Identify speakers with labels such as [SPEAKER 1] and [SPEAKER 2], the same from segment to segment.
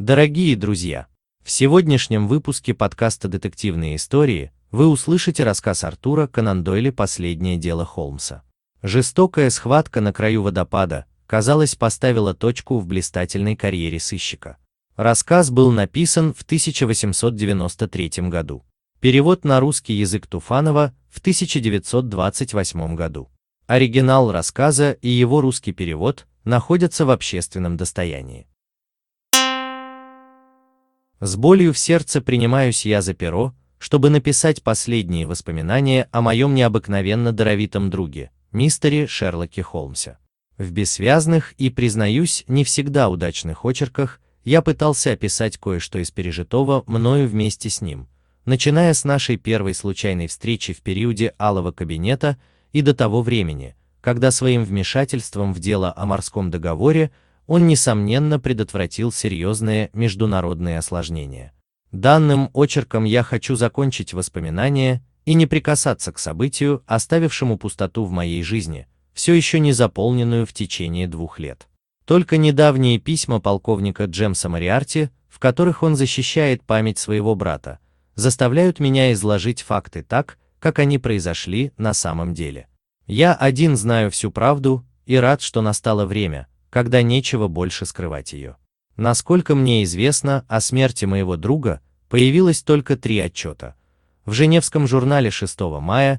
[SPEAKER 1] Дорогие друзья, в сегодняшнем выпуске подкаста «Детективные истории» вы услышите рассказ Артура Конан Дойля «Последнее дело Холмса». Жестокая схватка на краю водопада, казалось, поставила точку в блистательной карьере сыщика. Рассказ был написан в 1893 году. Перевод на русский язык Туфанова в 1928 году. Оригинал рассказа и его русский перевод находятся в общественном достоянии. С болью в сердце принимаюсь я за перо, чтобы написать последние воспоминания о моем необыкновенно даровитом друге, мистере Шерлоке Холмсе. В бессвязных и, признаюсь, не всегда удачных очерках я пытался описать кое-что из пережитого мною вместе с ним, начиная с нашей первой случайной встречи в периоде Алого кабинета и до того времени, когда своим вмешательством в дело о морском договоре он, несомненно, предотвратил серьезные международные осложнения. Данным очерком я хочу закончить воспоминания и не прикасаться к событию, оставившему пустоту в моей жизни, все еще не заполненную в течение 2 лет. Только недавние письма полковника Джемса Мориарти, в которых он защищает память своего брата, заставляют меня изложить факты так, как они произошли на самом деле. Я один знаю всю правду и рад, что настало время, когда нечего больше скрывать ее. Насколько мне известно, о смерти моего друга появилось только 3 отчета. В Женевском журнале 6 мая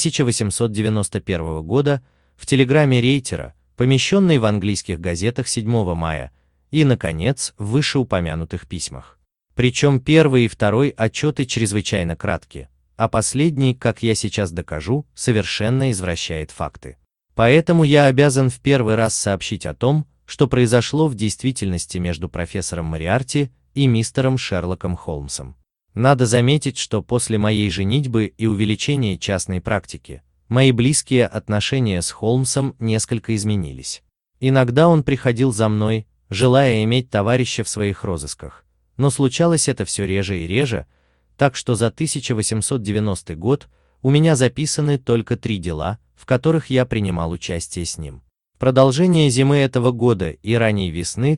[SPEAKER 1] 1891 года, в телеграмме Рейтера, помещенной в английских газетах 7 мая, и, наконец, в вышеупомянутых письмах. Причем первый и второй отчеты чрезвычайно кратки, а последний, как я сейчас докажу, совершенно извращает факты. Поэтому я обязан в первый раз сообщить о том, что произошло в действительности между профессором Мориарти и мистером Шерлоком Холмсом. Надо заметить, что после моей женитьбы и увеличения частной практики, мои близкие отношения с Холмсом несколько изменились. Иногда он приходил за мной, желая иметь товарища в своих розысках, но случалось это все реже и реже, так что за 1890 год у меня записаны только 3 дела, в которых я принимал участие с ним. В продолжение зимы этого года и ранней весны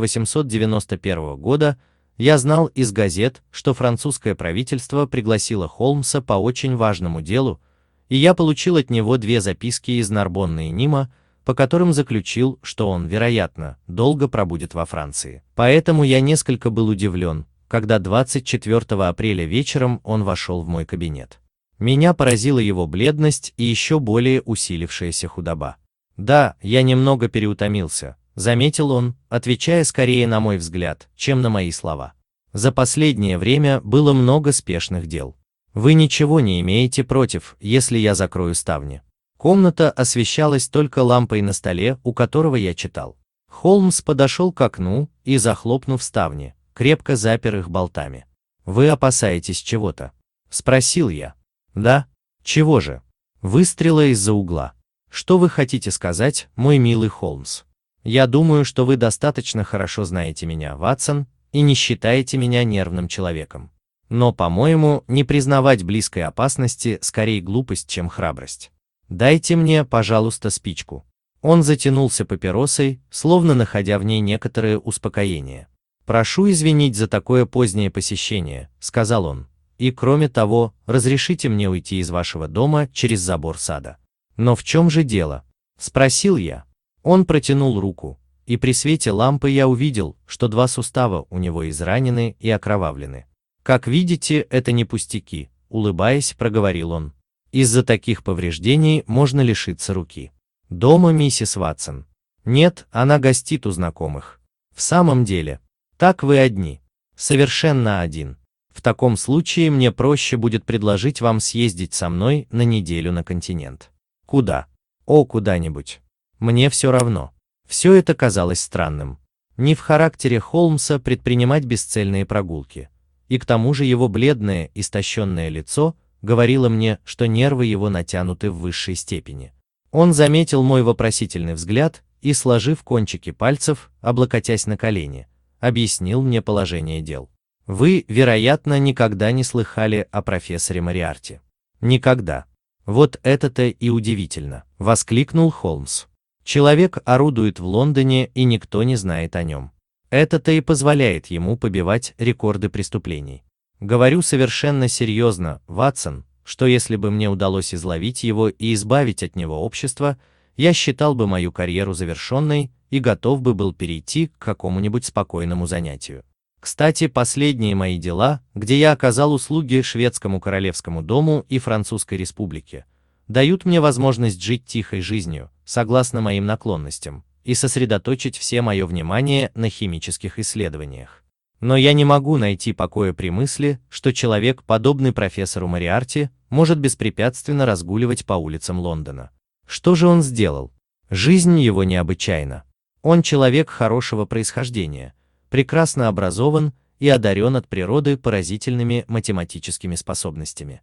[SPEAKER 1] 1891 года я знал из газет, что французское правительство пригласило Холмса по очень важному делу, и я получил от него 2 записки из Нарбонны и Нима, по которым заключил, что он, вероятно, долго пробудет во Франции. Поэтому я несколько был удивлен, когда 24 апреля вечером он вошел в мой кабинет. Меня поразила его бледность и еще более усилившаяся худоба. «Да, я немного переутомился», — заметил он, отвечая скорее на мой взгляд, чем на мои слова. «За последнее время было много спешных дел. Вы ничего не имеете против, если я закрою ставни?» Комната освещалась только лампой на столе, у которого я читал. Холмс подошел к окну и, захлопнув ставни, крепко запер их болтами. «Вы опасаетесь чего-то?» — спросил я. «Да? Чего же?» «Выстрела из-за угла. Что вы хотите сказать, мой милый Холмс? Я думаю, что вы достаточно хорошо знаете меня, Ватсон, и не считаете меня нервным человеком. Но, по-моему, не признавать близкой опасности скорее глупость, чем храбрость. Дайте мне, пожалуйста, спичку». Он затянулся папиросой, словно находя в ней некоторое успокоение. «Прошу извинить за такое позднее посещение», — сказал он. «И кроме того, разрешите мне уйти из вашего дома через забор сада». «Но в чем же дело?» — спросил я. Он протянул руку, и при свете лампы я увидел, что 2 сустава у него изранены и окровавлены. «Как видите, это не пустяки», — улыбаясь, проговорил он. «Из-за таких повреждений можно лишиться руки». «Дома миссис Ватсон?» «Нет, она гостит у знакомых». «В самом деле? Так вы одни?» «Совершенно один. В таком случае мне проще будет предложить вам съездить со мной на неделю на континент». «Куда?» «О, куда-нибудь. Мне все равно». Все это казалось странным. Не в характере Холмса предпринимать бесцельные прогулки. И к тому же его бледное, истощенное лицо говорило мне, что нервы его натянуты в высшей степени. Он заметил мой вопросительный взгляд и, сложив кончики пальцев, облокотясь на колени, объяснил мне положение дел. «Вы, вероятно, никогда не слыхали о профессоре Мориарти». «Никогда». «Вот это-то и удивительно», — воскликнул Холмс. «Человек орудует в Лондоне, и никто не знает о нем. Это-то и позволяет ему побивать рекорды преступлений. Говорю совершенно серьезно, Ватсон, что если бы мне удалось изловить его и избавить от него общество, я считал бы мою карьеру завершенной и готов бы был перейти к какому-нибудь спокойному занятию. Кстати, последние мои дела, где я оказал услуги шведскому королевскому дому и Французской республике, дают мне возможность жить тихой жизнью, согласно моим наклонностям, и сосредоточить все мое внимание на химических исследованиях. Но я не могу найти покоя при мысли, что человек, подобный профессору Мориарти, может беспрепятственно разгуливать по улицам Лондона. Что же он сделал? Жизнь его необычайна. Он человек хорошего происхождения, прекрасно образован и одарен от природы поразительными математическими способностями.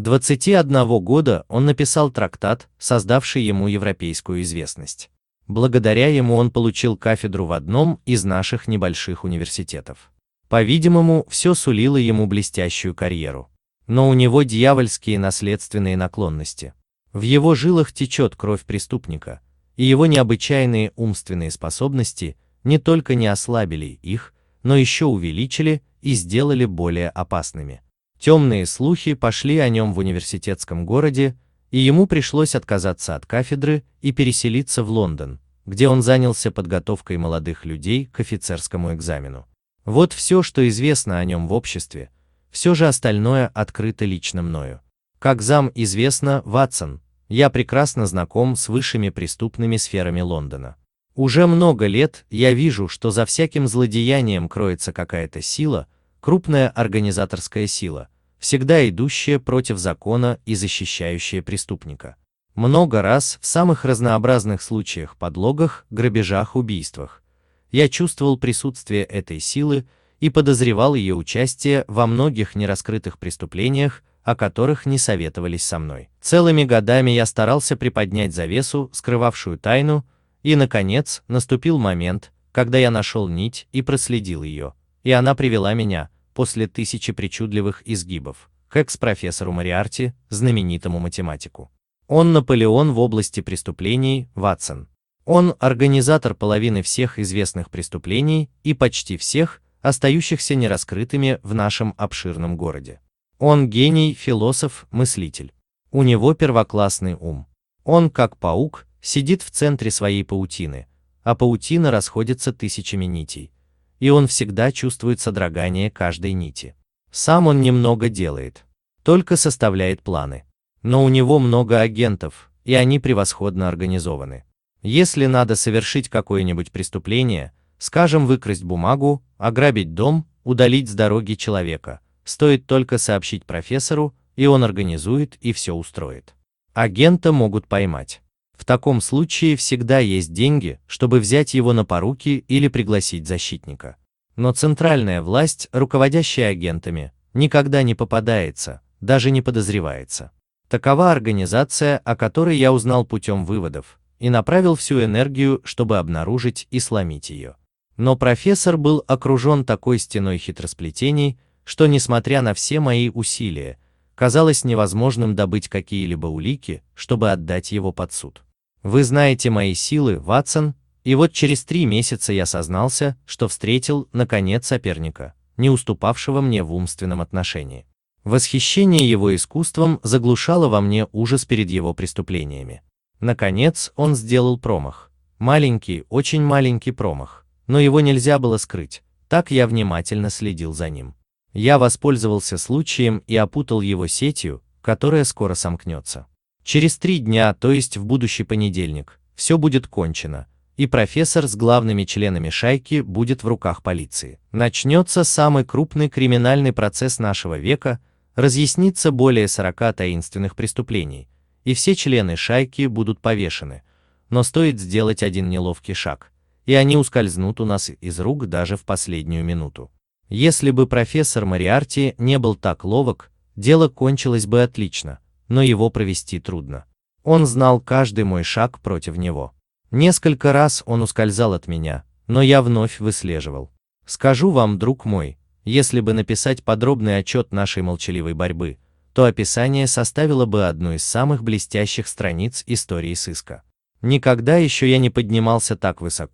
[SPEAKER 1] 21 года он написал трактат, создавший ему европейскую известность. Благодаря ему он получил кафедру в одном из наших небольших университетов. По-видимому, все сулило ему блестящую карьеру. Но у него дьявольские наследственные наклонности. В его жилах течет кровь преступника, и его необычайные умственные способности не только не ослабили их, но еще увеличили и сделали более опасными. Темные слухи пошли о нем в университетском городе, и ему пришлось отказаться от кафедры и переселиться в Лондон, где он занялся подготовкой молодых людей к офицерскому экзамену. Вот все, что известно о нем в обществе, все же остальное открыто лично мною. Как зам известно, Ватсон, я прекрасно знаком с высшими преступными сферами Лондона. Уже много лет я вижу, что за всяким злодеянием кроется какая-то сила, крупная организаторская сила, всегда идущая против закона и защищающая преступника. Много раз в самых разнообразных случаях, подлогах, грабежах, убийствах я чувствовал присутствие этой силы и подозревал ее участие во многих нераскрытых преступлениях, о которых не советовались со мной. Целыми годами я старался приподнять завесу, скрывавшую тайну, и, наконец, наступил момент, когда я нашел нить и проследил ее, и она привела меня, после тысячи причудливых изгибов, к экс-профессору Мориарти, знаменитому математику. Он Наполеон в области преступлений, Ватсон. Он организатор половины всех известных преступлений и почти всех, остающихся нераскрытыми в нашем обширном городе. Он гений, философ, мыслитель. У него первоклассный ум. Он, как паук, сидит в центре своей паутины, а паутина расходится тысячами нитей, и он всегда чувствует содрогание каждой нити. Сам он немного делает, только составляет планы. Но у него много агентов, и они превосходно организованы. Если надо совершить какое-нибудь преступление, скажем, выкрасть бумагу, ограбить дом, удалить с дороги человека, стоит только сообщить профессору, и он организует и все устроит. Агента могут поймать. В таком случае всегда есть деньги, чтобы взять его на поруки или пригласить защитника. Но центральная власть, руководящая агентами, никогда не попадается, даже не подозревается. Такова организация, о которой я узнал путем выводов, и направил всю энергию, чтобы обнаружить и сломить ее. Но профессор был окружен такой стеной хитросплетений, что, несмотря на все мои усилия, казалось невозможным добыть какие-либо улики, чтобы отдать его под суд. Вы знаете мои силы, Ватсон, и вот через 3 месяца я сознался, что встретил, наконец, соперника, не уступавшего мне в умственном отношении. Восхищение его искусством заглушало во мне ужас перед его преступлениями. Наконец, он сделал промах. Маленький, очень маленький промах, но его нельзя было скрыть, так я внимательно следил за ним. Я воспользовался случаем и опутал его сетью, которая скоро сомкнется. Через 3 дня, то есть в будущий понедельник, все будет кончено, и профессор с главными членами шайки будет в руках полиции. Начнется самый крупный криминальный процесс нашего века, разъяснится более 40 таинственных преступлений, и все члены шайки будут повешены, но стоит сделать один неловкий шаг, и они ускользнут у нас из рук даже в последнюю минуту. Если бы профессор Мориарти не был так ловок, дело кончилось бы отлично, но его провести трудно. Он знал каждый мой шаг против него. Несколько раз он ускользал от меня, но я вновь выслеживал. Скажу вам, друг мой, если бы написать подробный отчет нашей молчаливой борьбы, то описание составило бы одну из самых блестящих страниц истории сыска. Никогда еще я не поднимался так высоко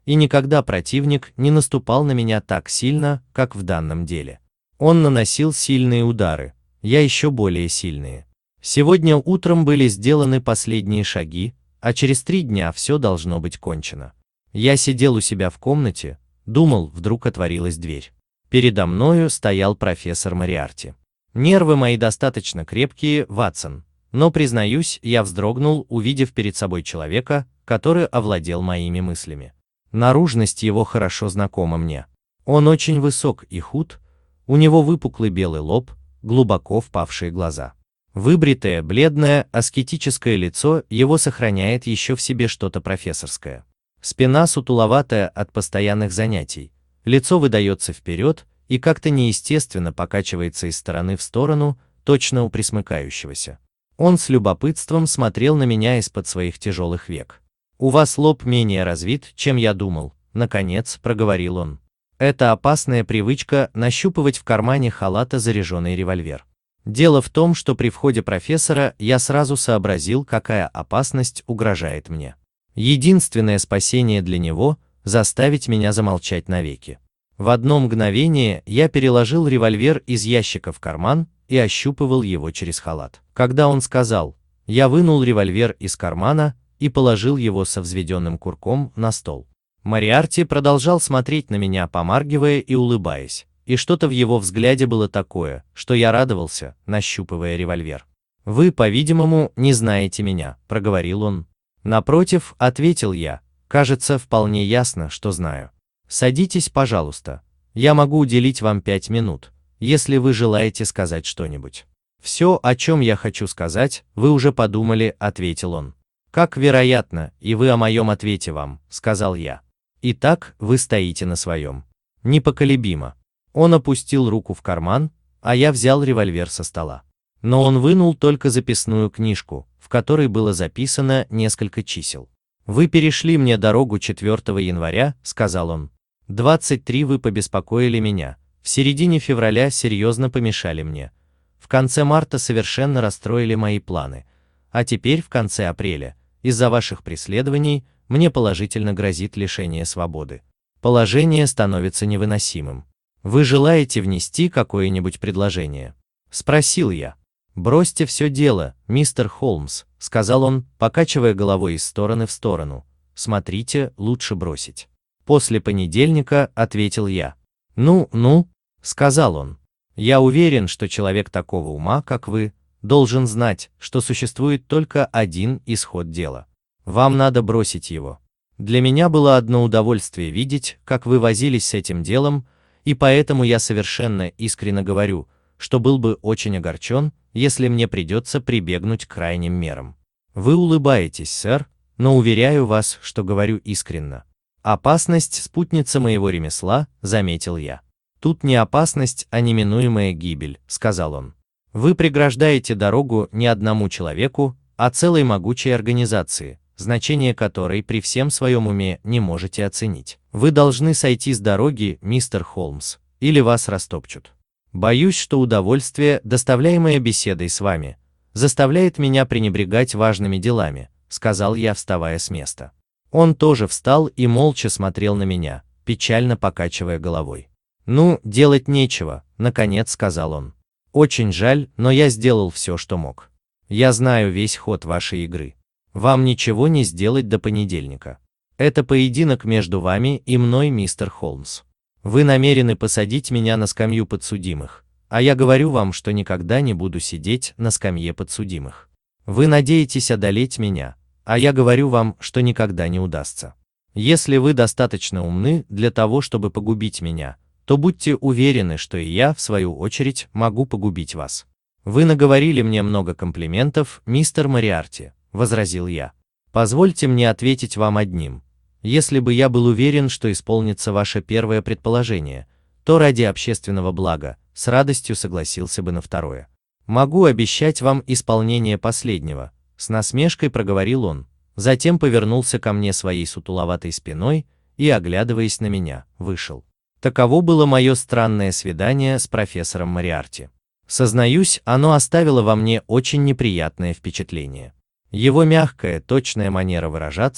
[SPEAKER 1] и никогда противник не наступал на меня так сильно, как в данном деле. Он наносил сильные удары, я еще более сильные. Сегодня утром были сделаны последние шаги, а через 3 дня все должно быть кончено. Я сидел у себя в комнате, думал, вдруг отворилась дверь. Передо мною стоял профессор Мориарти. Нервы мои достаточно крепкие, Ватсон, но, признаюсь, я вздрогнул, увидев перед собой человека, который овладел моими мыслями. Наружность его хорошо знакома мне. Он очень высок и худ, у него выпуклый белый лоб, глубоко впавшие глаза. Выбритое, бледное, аскетическое лицо его сохраняет еще в себе что-то профессорское. Спина сутуловатая от постоянных занятий, лицо выдается вперед и как-то неестественно покачивается из стороны в сторону, точно у пресмыкающегося. Он с любопытством смотрел на меня из-под своих тяжелых век. «У вас лоб менее развит, чем я думал», — наконец проговорил он. «Это опасная привычка нащупывать в кармане халата заряженный револьвер. Дело в том, что при входе профессора я сразу сообразил, какая опасность угрожает мне. Единственное спасение для него — заставить меня замолчать навеки. В одно мгновение я переложил револьвер из ящика в карман и ощупывал его через халат. Когда он сказал, я вынул револьвер из кармана и положил его со взведенным курком на стол. Мориарти продолжал смотреть на меня, помаргивая и улыбаясь, и что-то в его взгляде было такое, что я радовался, нащупывая револьвер. «Вы, по-видимому, не знаете меня», — проговорил он. «Напротив», — ответил я, — «кажется, вполне ясно, что знаю. Садитесь, пожалуйста. Я могу уделить вам 5 минут, если вы желаете сказать что-нибудь». «Все, о чем я хочу сказать, вы уже подумали», — ответил он. «Как вероятно, и вы о моем ответе вам», — сказал я. «Итак, вы стоите на своем». «Непоколебимо». Он опустил руку в карман, а я взял револьвер со стола. Но он вынул только записную книжку, в которой было записано несколько чисел. «Вы перешли мне дорогу 4 января», — сказал он. 23 вы побеспокоили меня, в середине февраля серьезно помешали мне. В конце марта совершенно расстроили мои планы, а теперь в конце апреля, из-за ваших преследований, мне положительно грозит лишение свободы. Положение становится невыносимым. Вы желаете внести какое-нибудь предложение?» — спросил я. «Бросьте все дело, мистер Холмс», — сказал он, покачивая головой из стороны в сторону. «Смотрите, лучше бросить». «После понедельника», — ответил я. «Ну», — сказал он. «Я уверен, что человек такого ума, как вы, должен знать, что существует только один исход дела. Вам надо бросить его. Для меня было одно удовольствие видеть, как вы возились с этим делом, и поэтому я совершенно искренне говорю, что был бы очень огорчен, если мне придется прибегнуть к крайним мерам. Вы улыбаетесь, сэр, но уверяю вас, что говорю искренно. Опасность — спутница моего ремесла», — заметил я. «Тут не опасность, а неминуемая гибель», — сказал он. «Вы преграждаете дорогу не одному человеку, а целой могучей организации, значение которой при всем своем уме не можете оценить. Вы должны сойти с дороги, мистер Холмс, или вас растопчут. Боюсь, что удовольствие, доставляемое беседой с вами, заставляет меня пренебрегать важными делами», — сказал я, вставая с места. Он тоже встал и молча смотрел на меня, печально покачивая головой. «Ну, делать нечего», — наконец сказал он. «Очень жаль, но я сделал все, что мог. Я знаю весь ход вашей игры. Вам ничего не сделать до понедельника. Это поединок между вами и мной, мистер Холмс. Вы намерены посадить меня на скамью подсудимых, а я говорю вам, что никогда не буду сидеть на скамье подсудимых. Вы надеетесь одолеть меня, а я говорю вам, что никогда не удастся. Если вы достаточно умны для того, чтобы погубить меня, то будьте уверены, что и я, в свою очередь, могу погубить вас. Вы наговорили мне много комплиментов, мистер Мориарти», — возразил я. «Позвольте мне ответить вам одним. Если бы я был уверен, что исполнится ваше первое предположение, то ради общественного блага с радостью согласился бы на второе. Могу обещать вам исполнение последнего», — с насмешкой проговорил он, затем повернулся ко мне своей сутуловатой спиной и, оглядываясь на меня, вышел. Таково было мое странное свидание с профессором Мориарти. Сознаюсь, оно оставило во мне очень неприятное впечатление. Его мягкая, точная манера выражаться,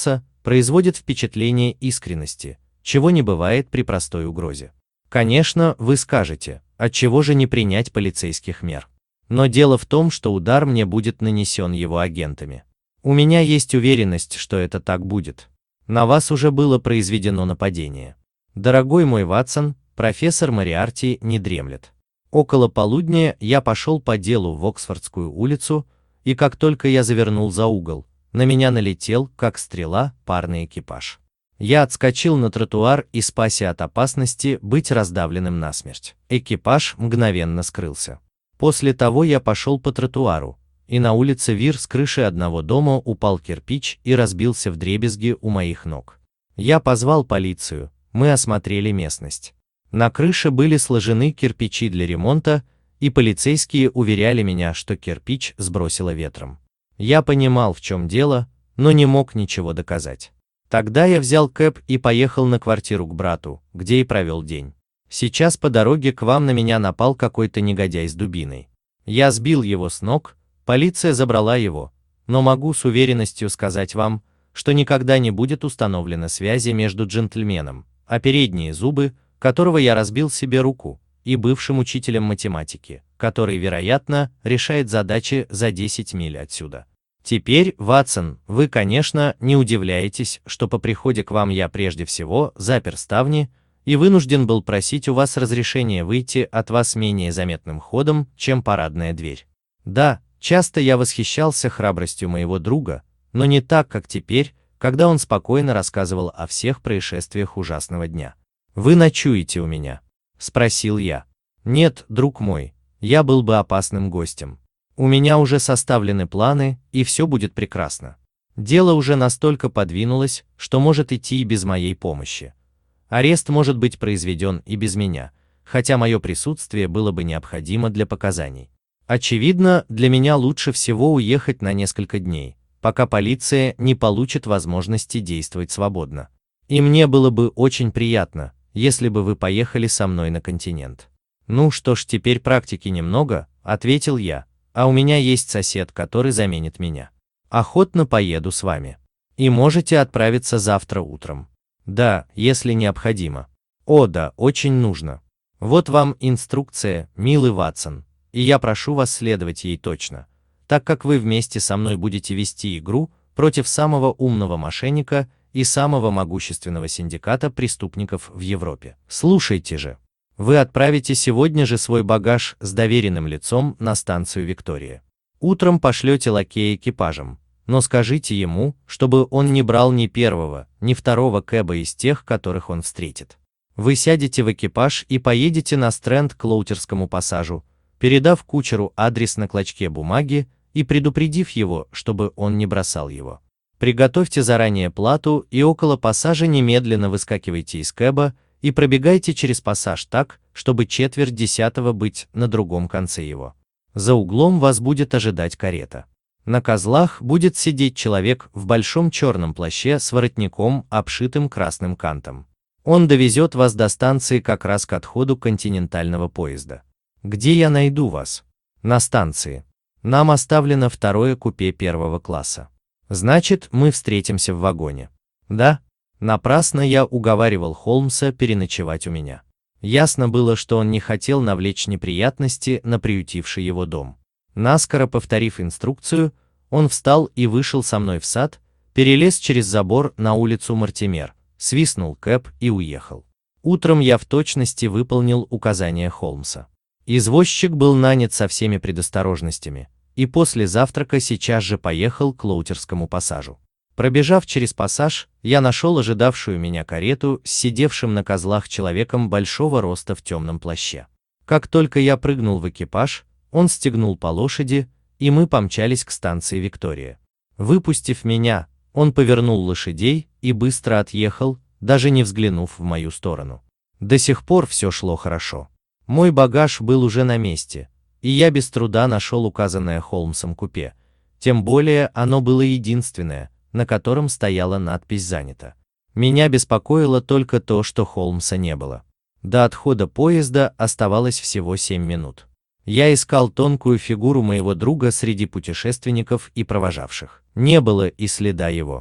[SPEAKER 1] производит впечатление искренности, чего не бывает при простой угрозе. Конечно, вы скажете, отчего же не принять полицейских мер? Но дело в том, что удар мне будет нанесен его агентами. У меня есть уверенность, что это так будет. На вас уже было произведено нападение. Дорогой мой Ватсон, профессор Мориарти не дремлет. Около полудня я пошел по делу в Оксфордскую улицу, и как только я завернул за угол, на меня налетел, как стрела, парный экипаж. Я отскочил на тротуар и спасся от опасности быть раздавленным насмерть. Экипаж мгновенно скрылся. После того я пошел по тротуару, и на улице Вир с крыши одного дома упал кирпич и разбился вдребезги у моих ног. Я позвал полицию, мы осмотрели местность. На крыше были сложены кирпичи для ремонта, и полицейские уверяли меня, что кирпич сбросило ветром. Я понимал, в чем дело, но не мог ничего доказать. Тогда я взял кэб и поехал на квартиру к брату, где и провел день. Сейчас по дороге к вам на меня напал какой-то негодяй с дубиной. Я сбил его с ног, полиция забрала его, но могу с уверенностью сказать вам, что никогда не будет установлена связи между джентльменом, а передние зубы, которого я разбил себе руку, и бывшим учителем математики, который, вероятно, решает задачи за 10 миль отсюда. Теперь, Ватсон, вы, конечно, не удивляетесь, что по приходе к вам я прежде всего запер ставни и вынужден был просить у вас разрешения выйти от вас менее заметным ходом, чем парадная дверь. Да, часто я восхищался храбростью моего друга, но не так, как теперь, когда он спокойно рассказывал о всех происшествиях ужасного дня. «Вы ночуете у меня?» – спросил я. «Нет, друг мой, я был бы опасным гостем. У меня уже составлены планы, и все будет прекрасно. Дело уже настолько подвинулось, что может идти и без моей помощи. Арест может быть произведен и без меня, хотя мое присутствие было бы необходимо для показаний. Очевидно, для меня лучше всего уехать на несколько дней, пока полиция не получит возможности действовать свободно. И мне было бы очень приятно, если бы вы поехали со мной на континент». «Ну что ж, теперь практики немного», — ответил я. «А у меня есть сосед, который заменит меня. Охотно поеду с вами. И можете отправиться завтра утром». «Да, если необходимо». «О да, очень нужно. Вот вам инструкция, милый Ватсон, и я прошу вас следовать ей точно, так как вы вместе со мной будете вести игру против самого умного мошенника и самого могущественного синдиката преступников в Европе. Слушайте же. Вы отправите сегодня же свой багаж с доверенным лицом на станцию Виктория. Утром пошлете лакея экипажем, но скажите ему, чтобы он не брал ни первого, ни второго кэба из тех, которых он встретит. Вы сядете в экипаж и поедете на Стрэнд к Клоутерскому пассажу, передав кучеру адрес на клочке бумаги и предупредив его, чтобы он не бросал его. Приготовьте заранее плату и около пассажа немедленно выскакивайте из кэба и пробегайте через пассаж так, чтобы 9:45 быть на другом конце его. За углом вас будет ожидать карета. На козлах будет сидеть человек в большом черном плаще с воротником, обшитым красным кантом. Он довезет вас до станции как раз к отходу континентального поезда. Где я найду вас? На станции. Нам оставлено второе купе первого класса. Значит, мы встретимся в вагоне. Да? Напрасно я уговаривал Холмса переночевать у меня. Ясно было, что он не хотел навлечь неприятности на приютивший его дом. Наскоро повторив инструкцию, он встал и вышел со мной в сад, перелез через забор на улицу Мортимер, свистнул кэб и уехал. Утром я в точности выполнил указания Холмса. Извозчик был нанят со всеми предосторожностями, и после завтрака сейчас же поехал к Клоутерскому пассажу. Пробежав через пассаж, я нашел ожидавшую меня карету с сидевшим на козлах человеком большого роста в темном плаще. Как только я прыгнул в экипаж, он стегнул по лошади, и мы помчались к станции Виктория. Выпустив меня, он повернул лошадей и быстро отъехал, даже не взглянув в мою сторону. До сих пор все шло хорошо. Мой багаж был уже на месте, и я без труда нашел указанное Холмсом купе, тем более оно было единственное, на котором стояла надпись «Занято». Меня беспокоило только то, что Холмса не было. До отхода поезда оставалось всего 7 минут. Я искал тонкую фигуру моего друга среди путешественников и провожавших. Не было и следа его.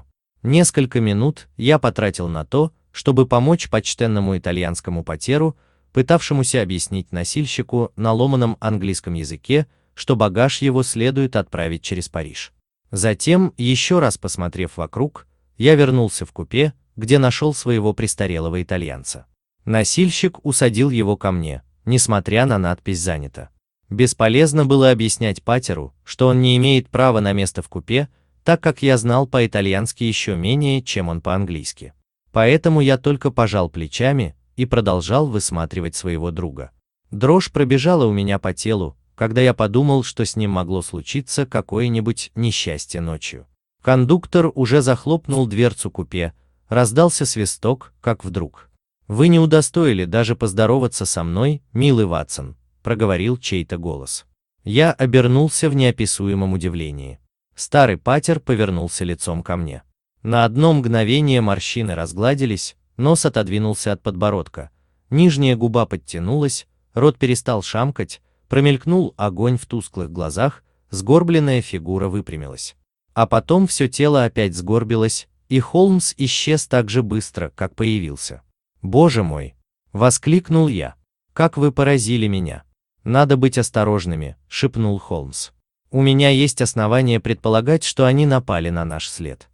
[SPEAKER 1] Несколько минут я потратил на то, чтобы помочь почтенному итальянскому потеру, пытавшемуся объяснить носильщику на ломаном английском языке, что багаж его следует отправить через Париж. Затем, еще раз посмотрев вокруг, я вернулся в купе, где нашел своего престарелого итальянца. Носильщик усадил его ко мне, несмотря на надпись «Занято». Бесполезно было объяснять патеру, что он не имеет права на место в купе, так как я знал по-итальянски еще менее, чем он по-английски. Поэтому я только пожал плечами и продолжал высматривать своего друга. Дрожь пробежала у меня по телу, когда я подумал, что с ним могло случиться какое-нибудь несчастье ночью. Кондуктор уже захлопнул дверцу купе, раздался свисток, как вдруг. «Вы не удостоили даже поздороваться со мной, милый Ватсон», — проговорил чей-то голос. Я обернулся в неописуемом удивлении. Старый патер повернулся лицом ко мне. На одно мгновение морщины разгладились, нос отодвинулся от подбородка, нижняя губа подтянулась, рот перестал шамкать, промелькнул огонь в тусклых глазах, сгорбленная фигура выпрямилась. А потом все тело опять сгорбилось, и Холмс исчез так же быстро, как появился. «Боже мой!» — воскликнул я. «Как вы поразили меня!» «Надо быть осторожными», — шепнул Холмс. «У меня есть основания предполагать, что они напали на наш след».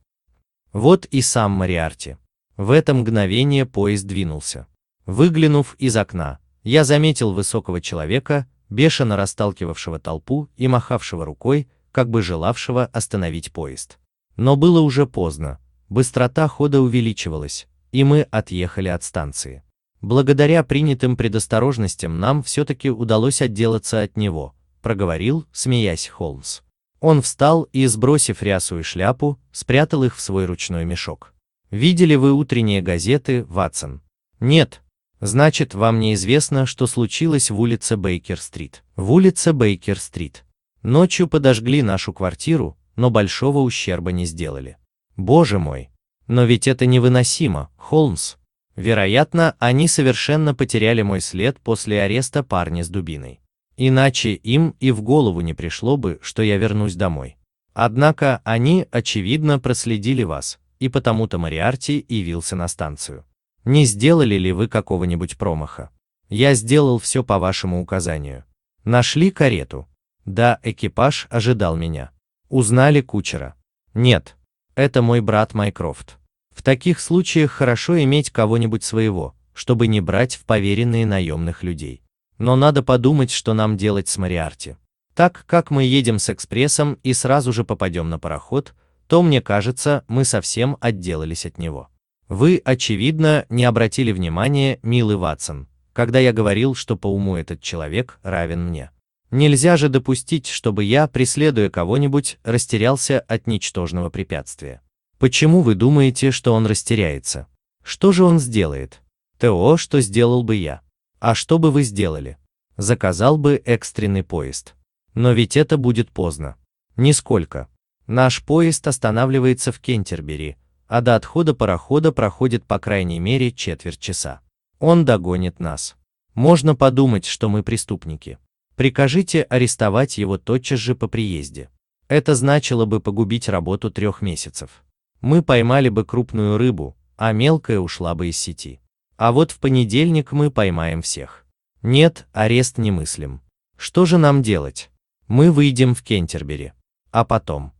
[SPEAKER 1] Вот и сам Мориарти. В это мгновение поезд двинулся. Выглянув из окна, я заметил высокого человека, бешено расталкивавшего толпу и махавшего рукой, как бы желавшего остановить поезд. Но было уже поздно, быстрота хода увеличивалась, и мы отъехали от станции. Благодаря принятым предосторожностям нам все-таки удалось отделаться от него, проговорил, смеясь, Холмс. Он встал и, сбросив рясу и шляпу, спрятал их в свой ручной мешок. «Видели вы утренние газеты, Ватсон?» «Нет». «Значит, вам неизвестно, что случилось в улице Бейкер-стрит». «В улице Бейкер-стрит. Ночью подожгли нашу квартиру, но большого ущерба не сделали». «Боже мой! Но ведь это невыносимо, Холмс. Вероятно, они совершенно потеряли мой след после ареста парня с дубиной. Иначе им и в голову не пришло бы, что я вернусь домой. Однако они, очевидно, проследили вас, и потому-то Мориарти явился на станцию. Не сделали ли вы какого-нибудь промаха? Я сделал все по вашему указанию. Нашли карету? Да, экипаж ожидал меня. Узнали кучера? Нет. Это мой брат Майкрофт. В таких случаях хорошо иметь кого-нибудь своего, чтобы не брать в поверенные наемных людей. Но надо подумать, что нам делать с Мориарти. Так как мы едем с экспрессом и сразу же попадем на пароход, то, мне кажется, мы совсем отделались от него. Вы, очевидно, не обратили внимания, милый Ватсон, когда я говорил, что по уму этот человек равен мне. Нельзя же допустить, чтобы я, преследуя кого-нибудь, растерялся от ничтожного препятствия. Почему вы думаете, что он растеряется? Что же он сделает? То, что сделал бы я. А что бы вы сделали? Заказал бы экстренный поезд. Но ведь это будет поздно. Нисколько. Наш поезд останавливается в Кентербери, а до отхода парохода проходит по крайней мере четверть часа. Он догонит нас. Можно подумать, что мы преступники. Прикажите арестовать его тотчас же по приезде. Это значило бы погубить работу 3 месяцев. Мы поймали бы крупную рыбу, а мелкая ушла бы из сети. А вот в понедельник мы поймаем всех. Нет, арест немыслим. Что же нам делать? Мы выйдем в Кентербери. А потом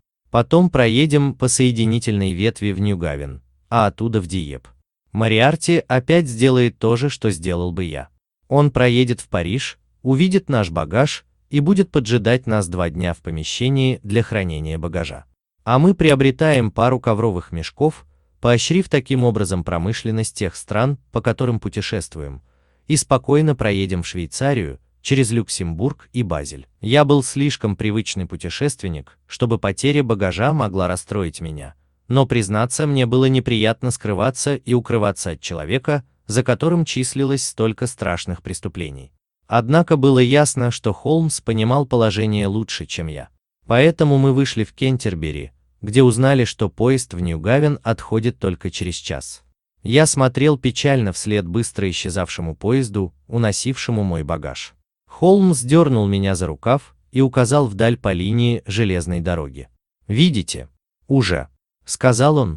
[SPEAKER 1] проедем по соединительной ветви в Нью-Гавен, а оттуда в Диеп. Мориарти опять сделает то же, что сделал бы я. Он проедет в Париж, увидит наш багаж и будет поджидать нас 2 дня в помещении для хранения багажа. А мы приобретаем пару ковровых мешков, поощрив таким образом промышленность тех стран, по которым путешествуем, и спокойно проедем в Швейцарию, через Люксембург и Базель. Я был слишком привычный путешественник, чтобы потеря багажа могла расстроить меня, но, признаться, мне было неприятно скрываться и укрываться от человека, за которым числилось столько страшных преступлений. Однако было ясно, что Холмс понимал положение лучше, чем я. Поэтому мы вышли в Кентербери, где узнали, что поезд в Нью-Гавен отходит только через час. Я смотрел печально вслед быстро исчезавшему поезду, уносившему мой багаж. Холмс дернул меня за рукав и указал вдаль по линии железной дороги. «Видите? Уже», — сказал он.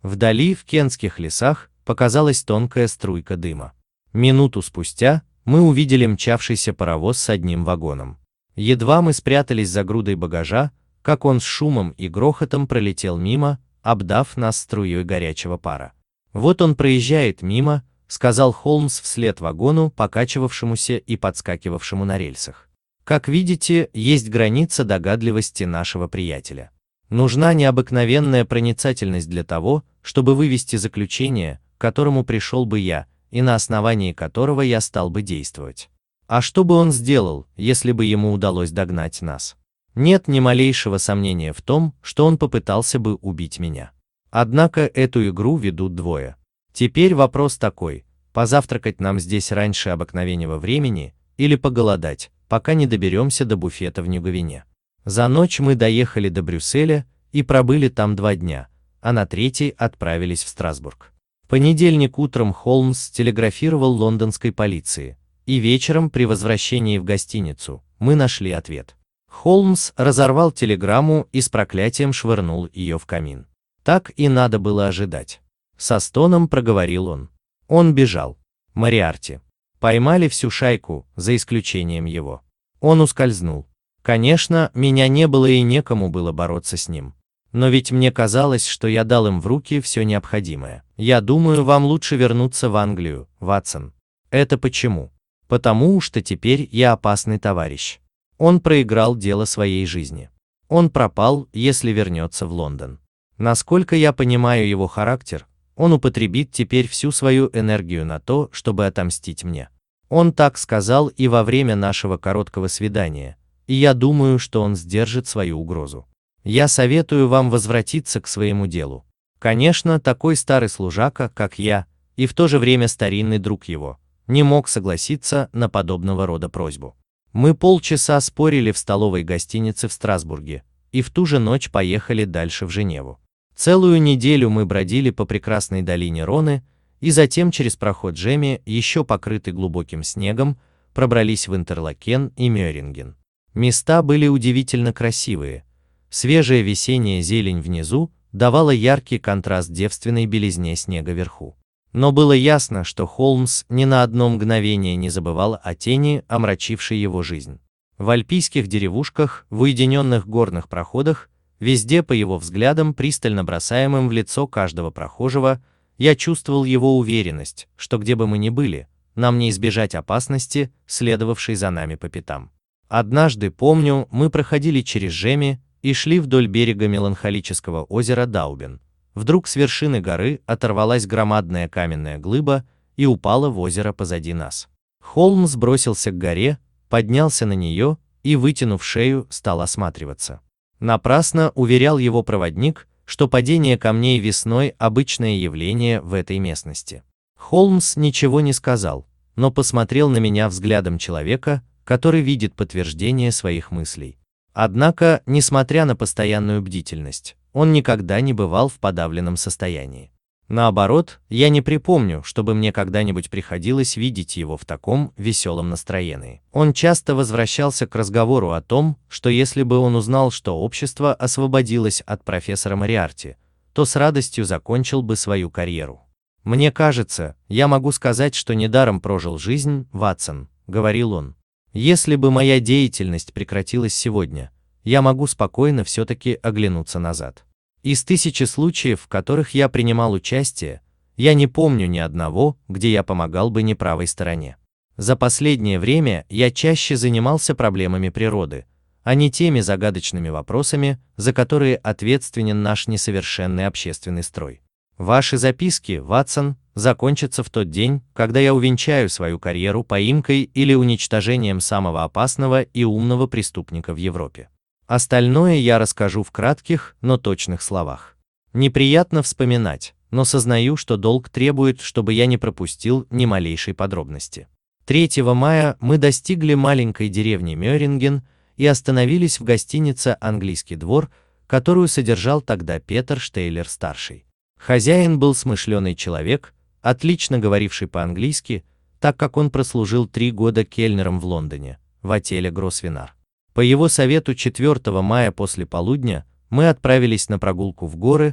[SPEAKER 1] Вдали, в кентских лесах, показалась тонкая струйка дыма. Минуту спустя мы увидели мчавшийся паровоз с одним вагоном. Едва мы спрятались за грудой багажа, как он с шумом и грохотом пролетел мимо, обдав нас струей горячего пара. «Вот он проезжает мимо», — сказал Холмс вслед вагону, покачивавшемуся и подскакивавшему на рельсах. «Как видите, есть граница догадливости нашего приятеля. Нужна необыкновенная проницательность для того, чтобы вывести заключение, к которому пришел бы я, и на основании которого я стал бы действовать. А что бы он сделал, если бы ему удалось догнать нас? Нет ни малейшего сомнения в том, что он попытался бы убить меня. Однако эту игру ведут двое. Теперь вопрос такой: позавтракать нам здесь раньше обыкновенного времени или поголодать, пока не доберемся до буфета в Нюговине. За ночь мы доехали до Брюсселя и пробыли там 2 дня, а на 3-й отправились в Страсбург. В понедельник утром Холмс телеграфировал лондонской полиции, и вечером при возвращении в гостиницу мы нашли ответ. Холмс разорвал телеграмму и с проклятием швырнул ее в камин. Так и надо было ожидать. Со стоном проговорил он. Он бежал. Мориарти. Поймали всю шайку, за исключением его. Он ускользнул. Конечно, меня не было и некому было бороться с ним. Но ведь мне казалось, что я дал им в руки все необходимое. Я думаю, вам лучше вернуться в Англию, Ватсон. Это почему? Потому что теперь я опасный товарищ. Он проиграл дело своей жизни. Он пропал, если вернется в Лондон. Насколько я понимаю его характер, он употребит теперь всю свою энергию на то, чтобы отомстить мне. Он так сказал и во время нашего короткого свидания, и я думаю, что он сдержит свою угрозу. Я советую вам возвратиться к своему делу. Конечно, такой старый служака, как я, и в то же время старинный друг его, не мог согласиться на подобного рода просьбу. Мы полчаса спорили в столовой гостинице в Страсбурге, и в ту же ночь поехали дальше в Женеву. Целую неделю мы бродили по прекрасной долине Роны, и затем через проход Джеми, еще покрытый глубоким снегом, пробрались в Интерлакен и Мёринген. Места были удивительно красивые. Свежая весенняя зелень внизу давала яркий контраст девственной белизне снега вверху. Но было ясно, что Холмс ни на одно мгновение не забывал о тени, омрачившей его жизнь. В альпийских деревушках, в уединенных горных проходах, везде по его взглядам, пристально бросаемым в лицо каждого прохожего, я чувствовал его уверенность, что где бы мы ни были, нам не избежать опасности, следовавшей за нами по пятам. Однажды, помню, мы проходили через Жеми и шли вдоль берега меланхолического озера Даубен. Вдруг с вершины горы оторвалась громадная каменная глыба и упала в озеро позади нас. Холмс бросился к горе, поднялся на нее и, вытянув шею, стал осматриваться. Напрасно уверял его проводник, что падение камней весной – обычное явление в этой местности. Холмс ничего не сказал, но посмотрел на меня взглядом человека, который видит подтверждение своих мыслей. Однако, несмотря на постоянную бдительность, он никогда не бывал в подавленном состоянии. Наоборот, я не припомню, чтобы мне когда-нибудь приходилось видеть его в таком веселом настроении. Он часто возвращался к разговору о том, что если бы он узнал, что общество освободилось от профессора Мориарти, то с радостью закончил бы свою карьеру. «Мне кажется, я могу сказать, что недаром прожил жизнь, Ватсон», — говорил он. «Если бы моя деятельность прекратилась сегодня, я могу спокойно все-таки оглянуться назад. Из 1000 случаев, в которых я принимал участие, я не помню ни одного, где я помогал бы неправой стороне. За последнее время я чаще занимался проблемами природы, а не теми загадочными вопросами, за которые ответственен наш несовершенный общественный строй. Ваши записки, Ватсон, закончатся в тот день, когда я увенчаю свою карьеру поимкой или уничтожением самого опасного и умного преступника в Европе. Остальное я расскажу в кратких, но точных словах. Неприятно вспоминать, но сознаю, что долг требует, чтобы я не пропустил ни малейшей подробности. 3 мая мы достигли маленькой деревни Мёринген и остановились в гостинице «Английский двор», которую содержал тогда Петер Штейлер-старший. Хозяин был смышленый человек, отлично говоривший по-английски, так как он прослужил 3 года кельнером в Лондоне, в отеле Гросвенар. По его совету 4 мая после полудня мы отправились на прогулку в горы,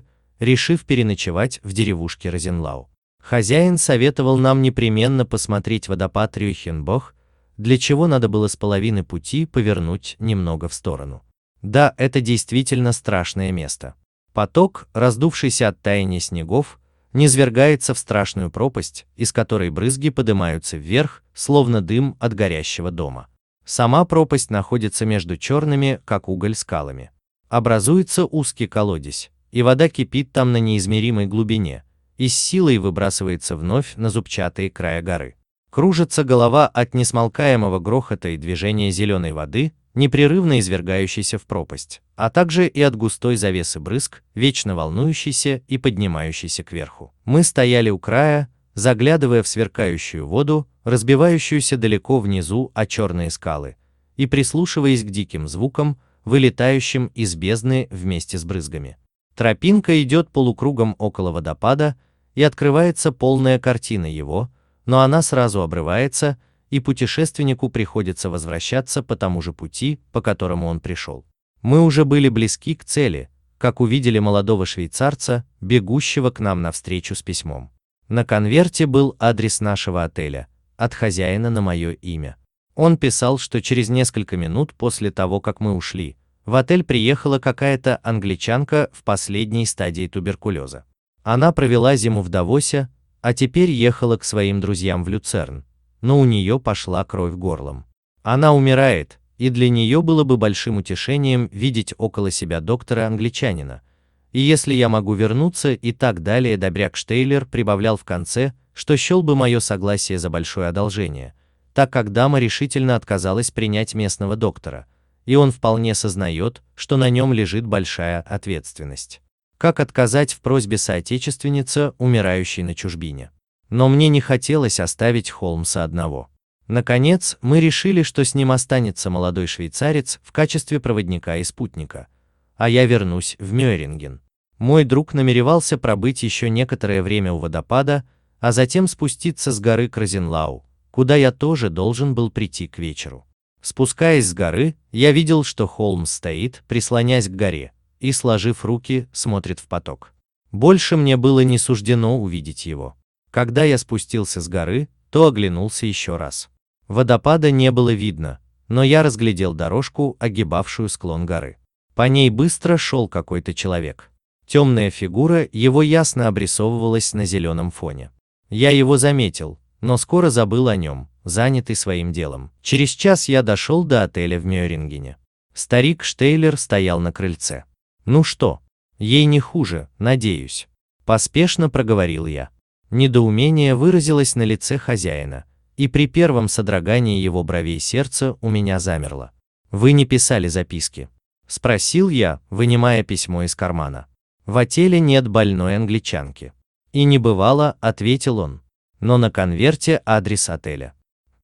[SPEAKER 1] решив переночевать в деревушке Розенлау. Хозяин советовал нам непременно посмотреть водопад Рюйхенбох, для чего надо было с половины пути повернуть немного в сторону. Да, это действительно страшное место. Поток, раздувшийся от таяния снегов, низвергается в страшную пропасть, из которой брызги поднимаются вверх, словно дым от горящего дома. Сама пропасть находится между черными, как уголь, скалами. Образуется узкий колодец, и вода кипит там на неизмеримой глубине, и с силой выбрасывается вновь на зубчатые края горы. Кружится голова от несмолкаемого грохота и движения зеленой воды, непрерывно извергающейся в пропасть, а также и от густой завесы брызг, вечно волнующейся и поднимающейся кверху. Мы стояли у края, заглядывая в сверкающую воду, разбивающуюся далеко внизу о черные скалы, и прислушиваясь к диким звукам, вылетающим из бездны вместе с брызгами. Тропинка идет полукругом около водопада, и открывается полная картина его, но она сразу обрывается, и путешественнику приходится возвращаться по тому же пути, по которому он пришел. Мы уже были близки к цели, как увидели молодого швейцарца, бегущего к нам навстречу с письмом. На конверте был адрес нашего отеля, от хозяина на мое имя. Он писал, что через несколько минут после того, как мы ушли, в отель приехала какая-то англичанка в последней стадии туберкулеза. Она провела зиму в Давосе, а теперь ехала к своим друзьям в Люцерн, но у нее пошла кровь горлом. Она умирает, и для нее было бы большим утешением видеть около себя доктора-англичанина. И если я могу вернуться и так далее, добряк Штейлер прибавлял в конце, что счел бы мое согласие за большое одолжение, так как дама решительно отказалась принять местного доктора, и он вполне сознает, что на нем лежит большая ответственность. Как отказать в просьбе соотечественницы, умирающей на чужбине? Но мне не хотелось оставить Холмса одного. Наконец, мы решили, что с ним останется молодой швейцарец в качестве проводника и спутника, а я вернусь в Мёйринген. Мой друг намеревался пробыть еще некоторое время у водопада, а затем спуститься с горы к Розенлау, куда я тоже должен был прийти к вечеру. Спускаясь с горы, я видел, что Холмс стоит, прислонясь к горе, и, сложив руки, смотрит в поток. Больше мне было не суждено увидеть его. Когда я спустился с горы, то оглянулся еще раз. Водопада не было видно, но я разглядел дорожку, огибавшую склон горы. По ней быстро шел какой-то человек. Темная фигура его ясно обрисовывалась на зеленом фоне. Я его заметил, но скоро забыл о нем, занятый своим делом. Через час я дошел до отеля в Мёйрингене. Старик Штейлер стоял на крыльце. «Ну что, ей не хуже, надеюсь?» Поспешно проговорил я. Недоумение выразилось на лице хозяина, и при первом содрогании его бровей сердце у меня замерло. «Вы не писали записки?» — спросил я, вынимая письмо из кармана. «В отеле нет больной англичанки». «И не бывало», — ответил он. «Но на конверте адрес отеля».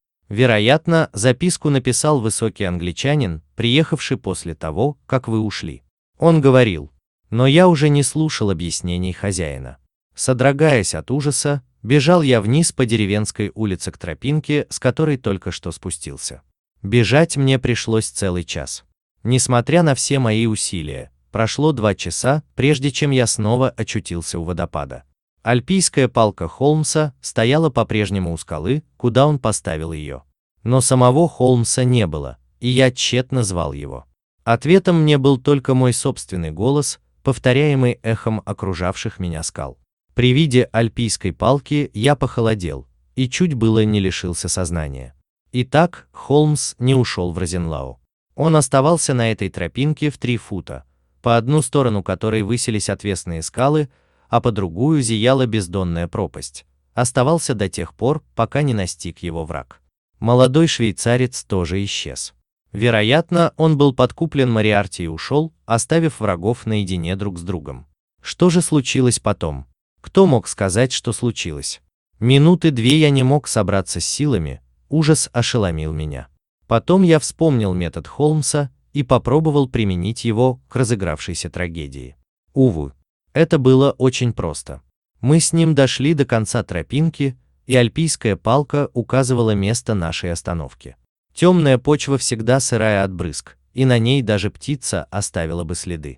[SPEAKER 1] Вероятно, записку написал высокий англичанин, приехавший после того, как вы ушли. Он говорил, но я уже не слушал объяснений хозяина. Содрогаясь от ужаса, бежал я вниз по деревенской улице к тропинке, с которой только что спустился. Бежать мне пришлось целый час. Несмотря на все мои усилия, прошло 2 часа, прежде чем я снова очутился у водопада. Альпийская палка Холмса стояла по-прежнему у скалы, куда он поставил ее. Но самого Холмса не было, и я тщетно звал его. Ответом мне был только мой собственный голос, повторяемый эхом окружавших меня скал. При виде альпийской палки я похолодел и чуть было не лишился сознания. Итак, Холмс не ушел в Розенлау. Он оставался на этой тропинке в 3 фута, по одну сторону которой высились отвесные скалы, а по другую зияла бездонная пропасть. Оставался до тех пор, пока не настиг его враг. Молодой швейцарец тоже исчез. Вероятно, он был подкуплен Мориарти и ушел, оставив врагов наедине друг с другом. Что же случилось потом? Кто мог сказать, что случилось? Минуты 2 я не мог собраться с силами, ужас ошеломил меня. Потом я вспомнил метод Холмса и попробовал применить его к разыгравшейся трагедии. Увы, это было очень просто. Мы с ним дошли до конца тропинки, и альпийская палка указывала место нашей остановки. Темная почва всегда сырая от брызг, и на ней даже птица оставила бы следы. В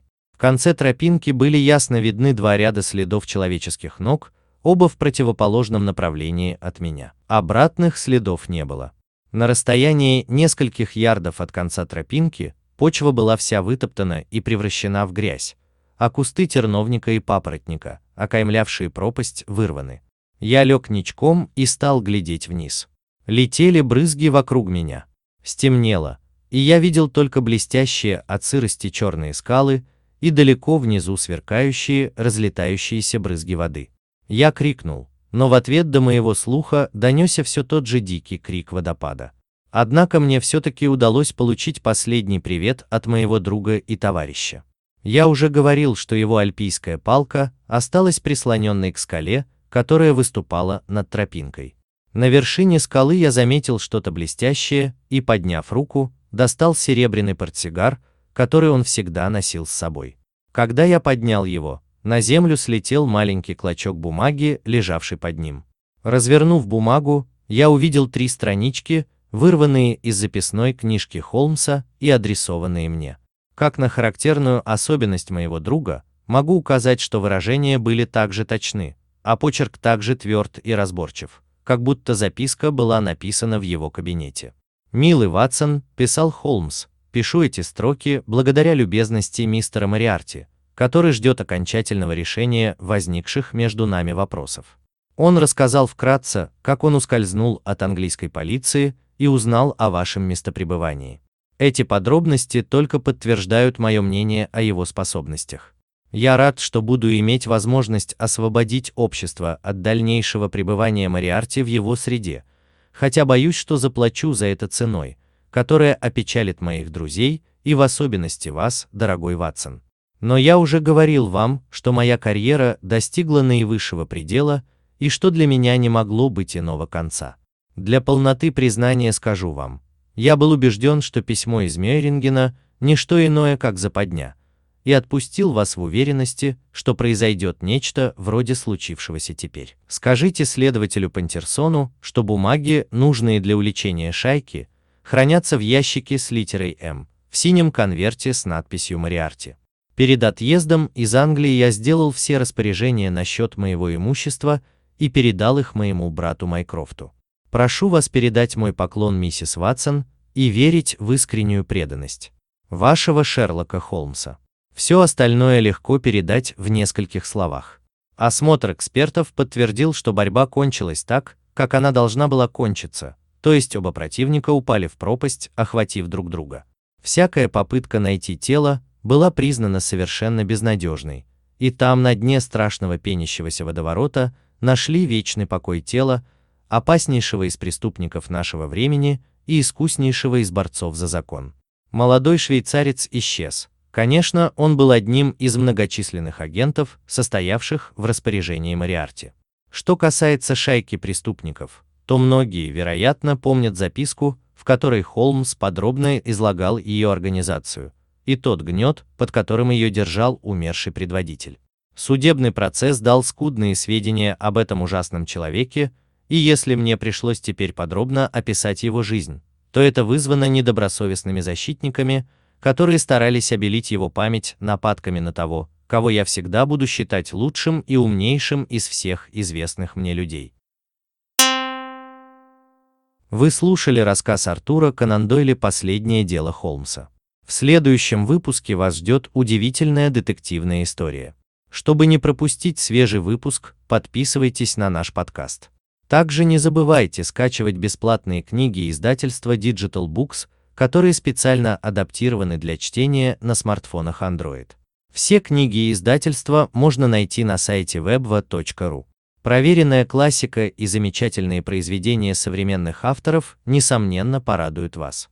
[SPEAKER 1] конце тропинки были ясно видны два ряда следов человеческих ног, оба в противоположном направлении от меня. Обратных следов не было. На расстоянии нескольких ярдов от конца тропинки почва была вся вытоптана и превращена в грязь, а кусты терновника и папоротника, окаймлявшие пропасть, вырваны. Я лег ничком и стал глядеть вниз. Летели брызги вокруг меня. Стемнело, и я видел только блестящие от сырости черные скалы и далеко внизу сверкающие, разлетающиеся брызги воды. Я крикнул, но в ответ до моего слуха донесся все тот же дикий крик водопада. Однако мне все-таки удалось получить последний привет от моего друга и товарища. Я уже говорил, что его альпийская палка осталась прислоненной к скале, которая выступала над тропинкой. На вершине скалы я заметил что-то блестящее и, подняв руку, достал серебряный портсигар, который он всегда носил с собой. Когда я поднял его, на землю слетел маленький клочок бумаги, лежавший под ним. Развернув бумагу, я увидел 3 странички, вырванные из записной книжки Холмса и адресованные мне. Как на характерную особенность моего друга, могу указать, что выражения были также точны, а почерк также тверд и разборчив, как будто записка была написана в его кабинете. «Милый Ватсон», — писал Холмс, — «пишу эти строки благодаря любезности мистера Мориарти, который ждет окончательного решения возникших между нами вопросов. Он рассказал вкратце, как он ускользнул от английской полиции и узнал о вашем местопребывании. Эти подробности только подтверждают мое мнение о его способностях. Я рад, что буду иметь возможность освободить общество от дальнейшего пребывания Мориарти в его среде, хотя боюсь, что заплачу за это ценой, которая опечалит моих друзей и в особенности вас, дорогой Ватсон. Но я уже говорил вам, что моя карьера достигла наивысшего предела и что для меня не могло быть иного конца. Для полноты признания скажу вам, я был убежден, что письмо из Мёйрингена – не что иное, как западня, и отпустил вас в уверенности, что произойдет нечто вроде случившегося теперь. Скажите следователю Пантерсону, что бумаги, нужные для уличения шайки, хранятся в ящике с литерой «М» в синем конверте с надписью «Мориарти». Перед отъездом из Англии я сделал все распоряжения насчет моего имущества и передал их моему брату Майкрофту. Прошу вас передать мой поклон миссис Ватсон и верить в искреннюю преданность вашего Шерлока Холмса. Все остальное легко передать в нескольких словах. Осмотр экспертов подтвердил, что борьба кончилась так, как она должна была кончиться, то есть оба противника упали в пропасть, охватив друг друга. Всякая попытка найти тело была признана совершенно безнадежной, и там на дне страшного пенящегося водоворота нашли вечный покой тела, опаснейшего из преступников нашего времени и искуснейшего из борцов за закон. Молодой швейцарец исчез. Конечно, он был одним из многочисленных агентов, состоявших в распоряжении Мориарти. Что касается шайки преступников, то многие, вероятно, помнят записку, в которой Холмс подробно излагал ее организацию, и тот гнет, под которым ее держал умерший предводитель. Судебный процесс дал скудные сведения об этом ужасном человеке, и если мне пришлось теперь подробно описать его жизнь, то это вызвано недобросовестными защитниками, которые старались обелить его память нападками на того, кого я всегда буду считать лучшим и умнейшим из всех известных мне людей. Вы слушали рассказ Артура Конан Дойля «Последнее дело Холмса». В следующем выпуске вас ждет удивительная детективная история. Чтобы не пропустить свежий выпуск, подписывайтесь на наш подкаст. Также не забывайте скачивать бесплатные книги издательства Digital Books, которые специально адаптированы для чтения на смартфонах Android. Все книги и издательства можно найти на сайте webva.ru. Проверенная классика и замечательные произведения современных авторов, несомненно, порадуют вас.